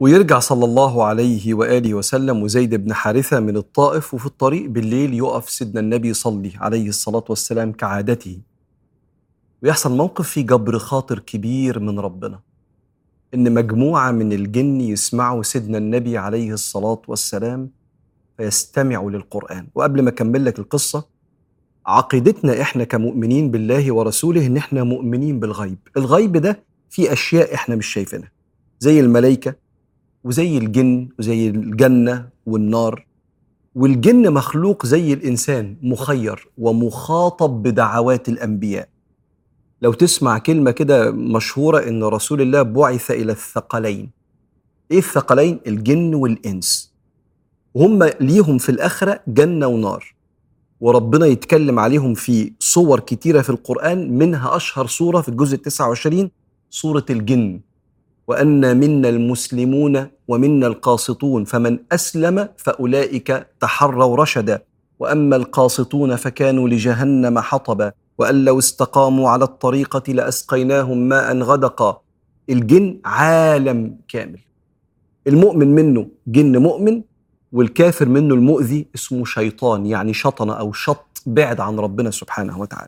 ويرجع صلى الله عليه وآله وسلم وزيد بن حارثة من الطائف، وفي الطريق بالليل يقف سيدنا النبي يصلي عليه الصلاة والسلام كعادته، ويحصل موقف فيه جبر خاطر كبير من ربنا، إن مجموعة من الجن يسمعوا سيدنا النبي عليه الصلاة والسلام فيستمعوا للقرآن. وقبل ما أكمل لك القصة، عقيدتنا إحنا كمؤمنين بالله ورسوله إن إحنا مؤمنين بالغيب. الغيب ده فيه أشياء إحنا مش شايفينها، زي الملائكة وزي الجن وزي الجنة والنار. والجن مخلوق زي الإنسان، مخير ومخاطب بدعوات الأنبياء. لو تسمع كلمة كده مشهورة إن رسول الله بعث إلى الثقلين. إيه الثقلين؟ الجن والإنس، وهم ليهم في الآخرة جنة ونار، وربنا يتكلم عليهم في صور كتيرة في القرآن، منها أشهر صورة في الجزء 29 صورة الجن: وأن منا المسلمون ومنا القاسطون فمن أسلم فأولئك تحروا رشدا وأما القاسطون فكانوا لجهنم حطبا وأن لو استقاموا على الطريقة لأسقيناهم ماء غدقا. الجن عالم كامل، المؤمن منه جن مؤمن، والكافر منه المؤذي اسمه شيطان، يعني شطن أو شط بعد عن ربنا سبحانه وتعالى.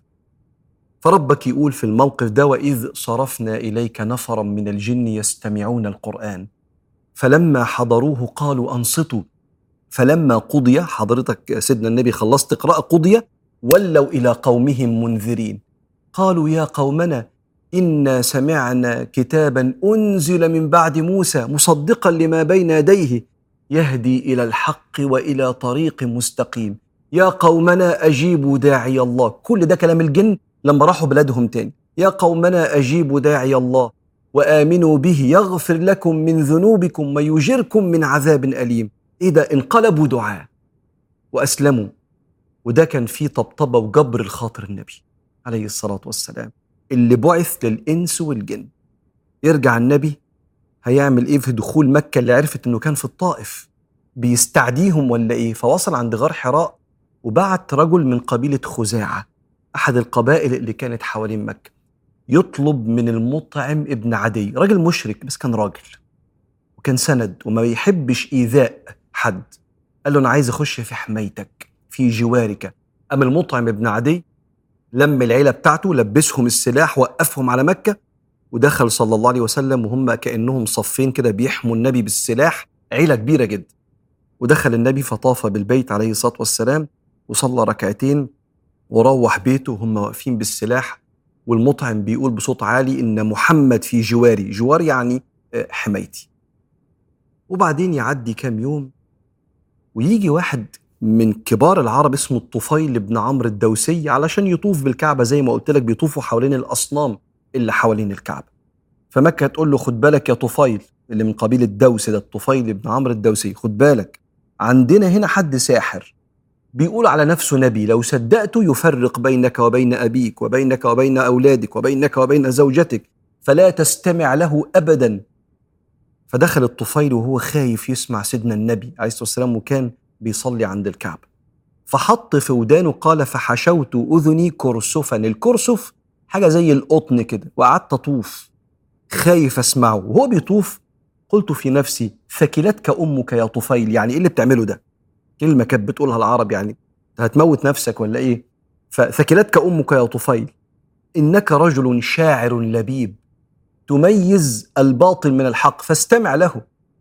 فربك يقول في الموقف ده: وإذ صرفنا إليك نفرا من الجن يستمعون القرآن فلما حضروه قالوا أنصتوا فلما قضي، حضرتك سيدنا النبي خلصت تقرأ قضي، ولوا إلى قومهم منذرين قالوا يا قومنا إنا سمعنا كتابا أنزل من بعد موسى مصدقا لما بين يديه يهدي إلى الحق وإلى طريق مستقيم يا قومنا أجيبوا داعي الله. كل ده كلام الجن لما راحوا بلادهم تاني. يا قومنا أجيبوا داعي الله وآمنوا به يغفر لكم من ذنوبكم ويجركم من عذاب أليم. إيه ده؟ انقلبوا دعاء وأسلموا. وده كان فيه طبطبة وجبر الخاطر النبي عليه الصلاة والسلام اللي بعث للإنس والجن. يرجع النبي هيعمل إيه في دخول مكة اللي عرفت إنه كان في الطائف؟ بيستعديهم ولا إيه؟ فوصل عند غار حراء وبعت رجل من قبيلة خزاعة، أحد القبائل اللي كانت حوالين مكة، يطلب من المطعم ابن عدي، راجل مشرك بس كان راجل وكان سند وما بيحبش إيذاء حد. قال له أنا عايز أخش في حمايتك في جوارك. أما المطعم ابن عدي لم العيلة بتاعته، لبسهم السلاح، وقفهم على مكة، ودخل صلى الله عليه وسلم وهم كأنهم صفين كده بيحموا النبي بالسلاح، عيلة كبيرة جدا. ودخل النبي فطاف بالبيت عليه الصلاة والسلام وصلى ركعتين وروح بيته وهم واقفين بالسلاح، والمطعم بيقول بصوت عالي إن محمد في جواري. جوار يعني حمايتي. وبعدين يعدي كام يوم ويجي واحد من كبار العرب اسمه الطفيل بن عمرو الدوسي علشان يطوف بالكعبة، زي ما قلت لك بيطوفوا حوالين الأصنام اللي حوالين الكعبة. فمكة تقول له خد بالك يا طفيل، اللي من قبيلة دوس ده، الطفيل بن عمرو الدوسي، خد بالك عندنا هنا حد ساحر بيقول على نفسه نبي، لو صدقته يفرق بينك وبين أبيك وبينك وبين أولادك وبينك وبين زوجتك فلا تستمع له أبدا. فدخل الطفيل وهو خايف يسمع سيدنا النبي عليه الصلاة والسلام وكان بيصلي عند الكعبة، فحط في ودانه، قال فحشوت أذني كرسفا. الكرسف حاجة زي القطن كده، وقعدت أطوف خايف أسمعه. وهو بيطوف قلت في نفسي ثكلتك أمك يا طفيل. يعني إيه اللي بتعمله ده؟ كلمة كانت بتقولها العرب، يعني هتموت نفسك ولا إيه؟ فثكلتك أمك يا طفيل إنك رجل شاعر لبيب تميز الباطل من الحق فاستمع له.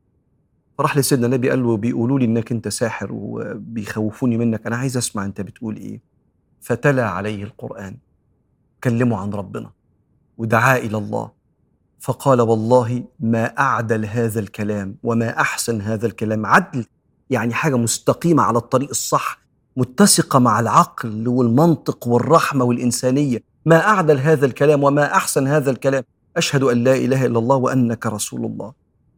فراح لسيدنا النبي قال له بيقولوا لي إنك أنت ساحر وبيخوفوني منك، أنا عايز أسمع أنت بتقول إيه. فتلا عليه القرآن، كلمه عن ربنا ودعا إلى الله، فقال والله ما أعدل هذا الكلام وما أحسن هذا الكلام. عدل يعني حاجة مستقيمة على الطريق الصح، متسقة مع العقل والمنطق والرحمة والإنسانية. ما أعدل هذا الكلام وما أحسن هذا الكلام، أشهد أن لا إله إلا الله وأنك رسول الله.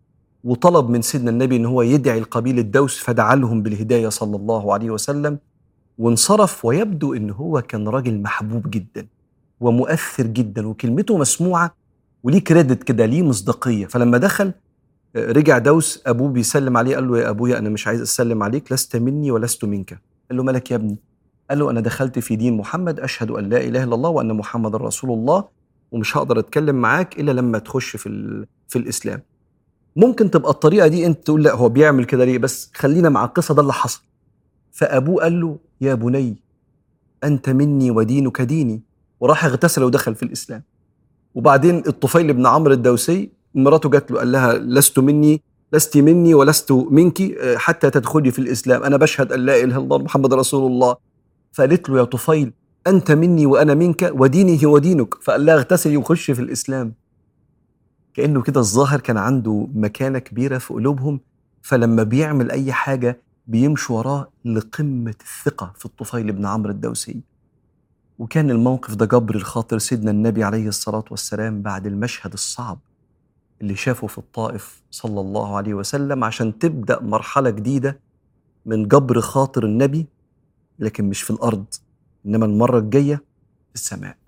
وطلب من سيدنا النبي أن هو يدعي القبيل الدوس، فدعا لهم بالهداية صلى الله عليه وسلم وانصرف. ويبدو أنه هو كان راجل محبوب جدا ومؤثر جدا وكلمته مسموعة وليه كريدت كده، ليه مصداقية. فلما دخل رجع دوس أبوه بيسلم عليه، قال له يا أبويا أنا مش عايز أسلم عليك، لست مني ولست منك. قال له مالك يا ابني؟ قال له أنا دخلت في دين محمد، أشهد أن لا إله إلا الله وأن محمد رسول الله، ومش هقدر أتكلم معاك إلا لما تخش في الإسلام. ممكن تبقى الطريقة دي أنت تقول لا هو بيعمل كده ليه، بس خلينا مع القصة ده اللي حصل. فأبوه قال له يا بني أنت مني ودينك ديني، وراح اغتسل ودخل في الإسلام. وبعدين الطفيل بن عمرو الدوسي مراته جات له قال لها لست مني ولست منك حتى تدخلي في الإسلام، أنا بشهد أن لا إله إلا الله محمد رسول الله. فقالت له يا طفيل أنت مني وأنا منك وديني هو دينك، فقال لها اغتسلي وخشي في الإسلام. كأنه كده الظاهر كان عنده مكانة كبيرة في قلوبهم، فلما بيعمل أي حاجة بيمشوا وراه لقمة الثقة في الطفيل بن عمرو الدوسي. وكان الموقف ده جبر الخاطر سيدنا النبي عليه الصلاة والسلام بعد المشهد الصعب اللي شافه في الطائف صلى الله عليه وسلم، عشان تبدأ مرحلة جديدة من جبر خاطر النبي، لكن مش في الأرض، إنما المرة الجاية في السماء.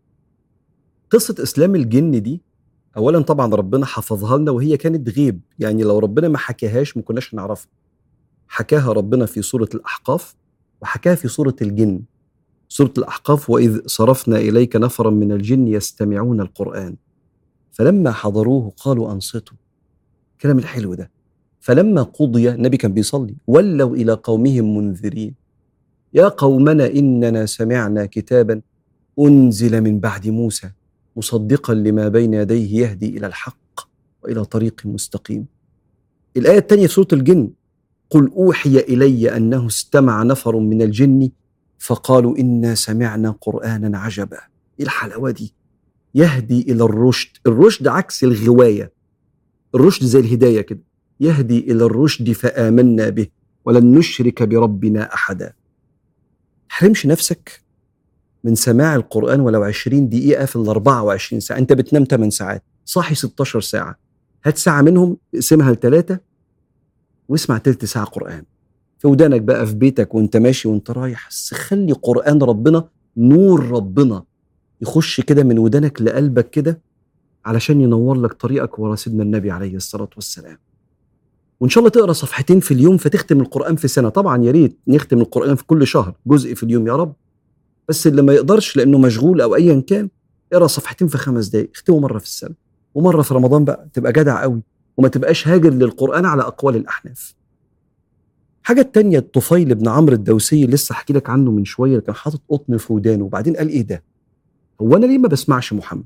قصة إسلام الجن دي أولا طبعا ربنا حفظها لنا وهي كانت غيب، يعني لو ربنا ما حكاهاش ما كناش نعرفها. حكاها ربنا في سورة الأحقاف وحكاها في سورة الجن. سورة الأحقاف وإذ صرفنا إليك نفرا من الجن يستمعون القرآن فلما حضروه قالوا أنصتوا. كلام الحلو ده. فلما قضي، النبي كان بيصلي، ولوا إلى قومهم منذرين يا قومنا إننا سمعنا كتابا أنزل من بعد موسى مصدقا لما بين يديه يهدي إلى الحق وإلى طريق مستقيم. الآية الثانية في سورة الجن قل أوحي إلي أنه استمع نفر من الجن فقالوا إنا سمعنا قرآنا عجبا. إيه الحلاوة دي؟ يهدي إلى الرشد. الرشد عكس الغواية، الرشد زي الهداية كده، يهدي إلى الرشد فآمنا به ولن نشرك بربنا أحدا. حرمش نفسك من سماع القرآن ولو 20 دقيقة في 24 ساعة. أنت بتنام 8 ساعات، صاحي 16 ساعة، هات ساعة منهم اقسمها ل3 واسمع تلت ساعة قرآن في ودانك بقى، في بيتك وانت ماشي وانت رايح، بس خلي قرآن ربنا، نور ربنا يخش كده من ودانك لقلبك كده علشان ينور لك طريقك ورا سيدنا النبي عليه الصلاة والسلام. وإن شاء الله تقرأ صفحتين في اليوم فتختم القرآن في سنة. طبعا يا ريت نختم القرآن في كل شهر جزء في اليوم يا رب، بس اللي ما يقدرش لأنه مشغول أو أيا كان اقرأ صفحتين في 5 دقايق، اختمه مرة في السنة ومرة في رمضان بقى، تبقى جدع قوي وما تبقاش هاجر للقرآن على أقوال الأحناف. حاجة التانية الطفيل بن عمرو الدوسي لسه حكي لك عنه من شوية، كان حاطط قطن في ودانه وبعدين قال إيه ده؟ هو أنا ليه ما بسمعش محمد؟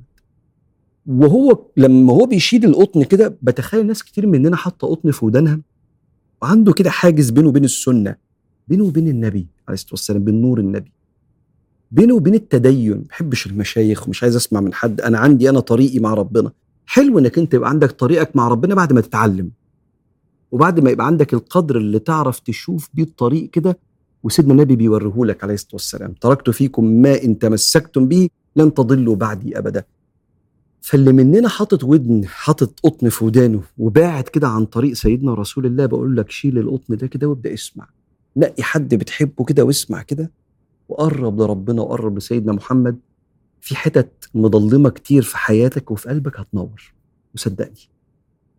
وهو لما هو بيشيل القطن كده بتخيل ناس كتير مننا حاطة قطن في ودانها وعنده كده حاجز بينه وبين السنة، بينه وبين النبي عليه الصلاة والسلام، بين نور النبي، بينه وبين التدين. ما بحبش المشايخ ومش عايز اسمع من حد، انا عندي انا طريقي مع ربنا. حلو انك انت يبقى عندك طريقك مع ربنا بعد ما تتعلم وبعد ما يبقى عندك القدر اللي تعرف تشوف بيه الطريق كده، وسيدنا النبي بيوريهولك عليه الصلاة والسلام تركت فيكم ما إن تمسكتم به لن تضلوا بعدي أبدا. فاللي مننا حاطط ودن، حاطط قطن في ودانه وباعد كده عن طريق سيدنا رسول الله، بقول لك شيل القطن ده كده وابدأ اسمع، نقي حد بتحبه كده واسمع كده وقرب لربنا وقرب لسيدنا محمد. في حتت مضلمة كتير في حياتك وفي قلبك هتنور، وصدقني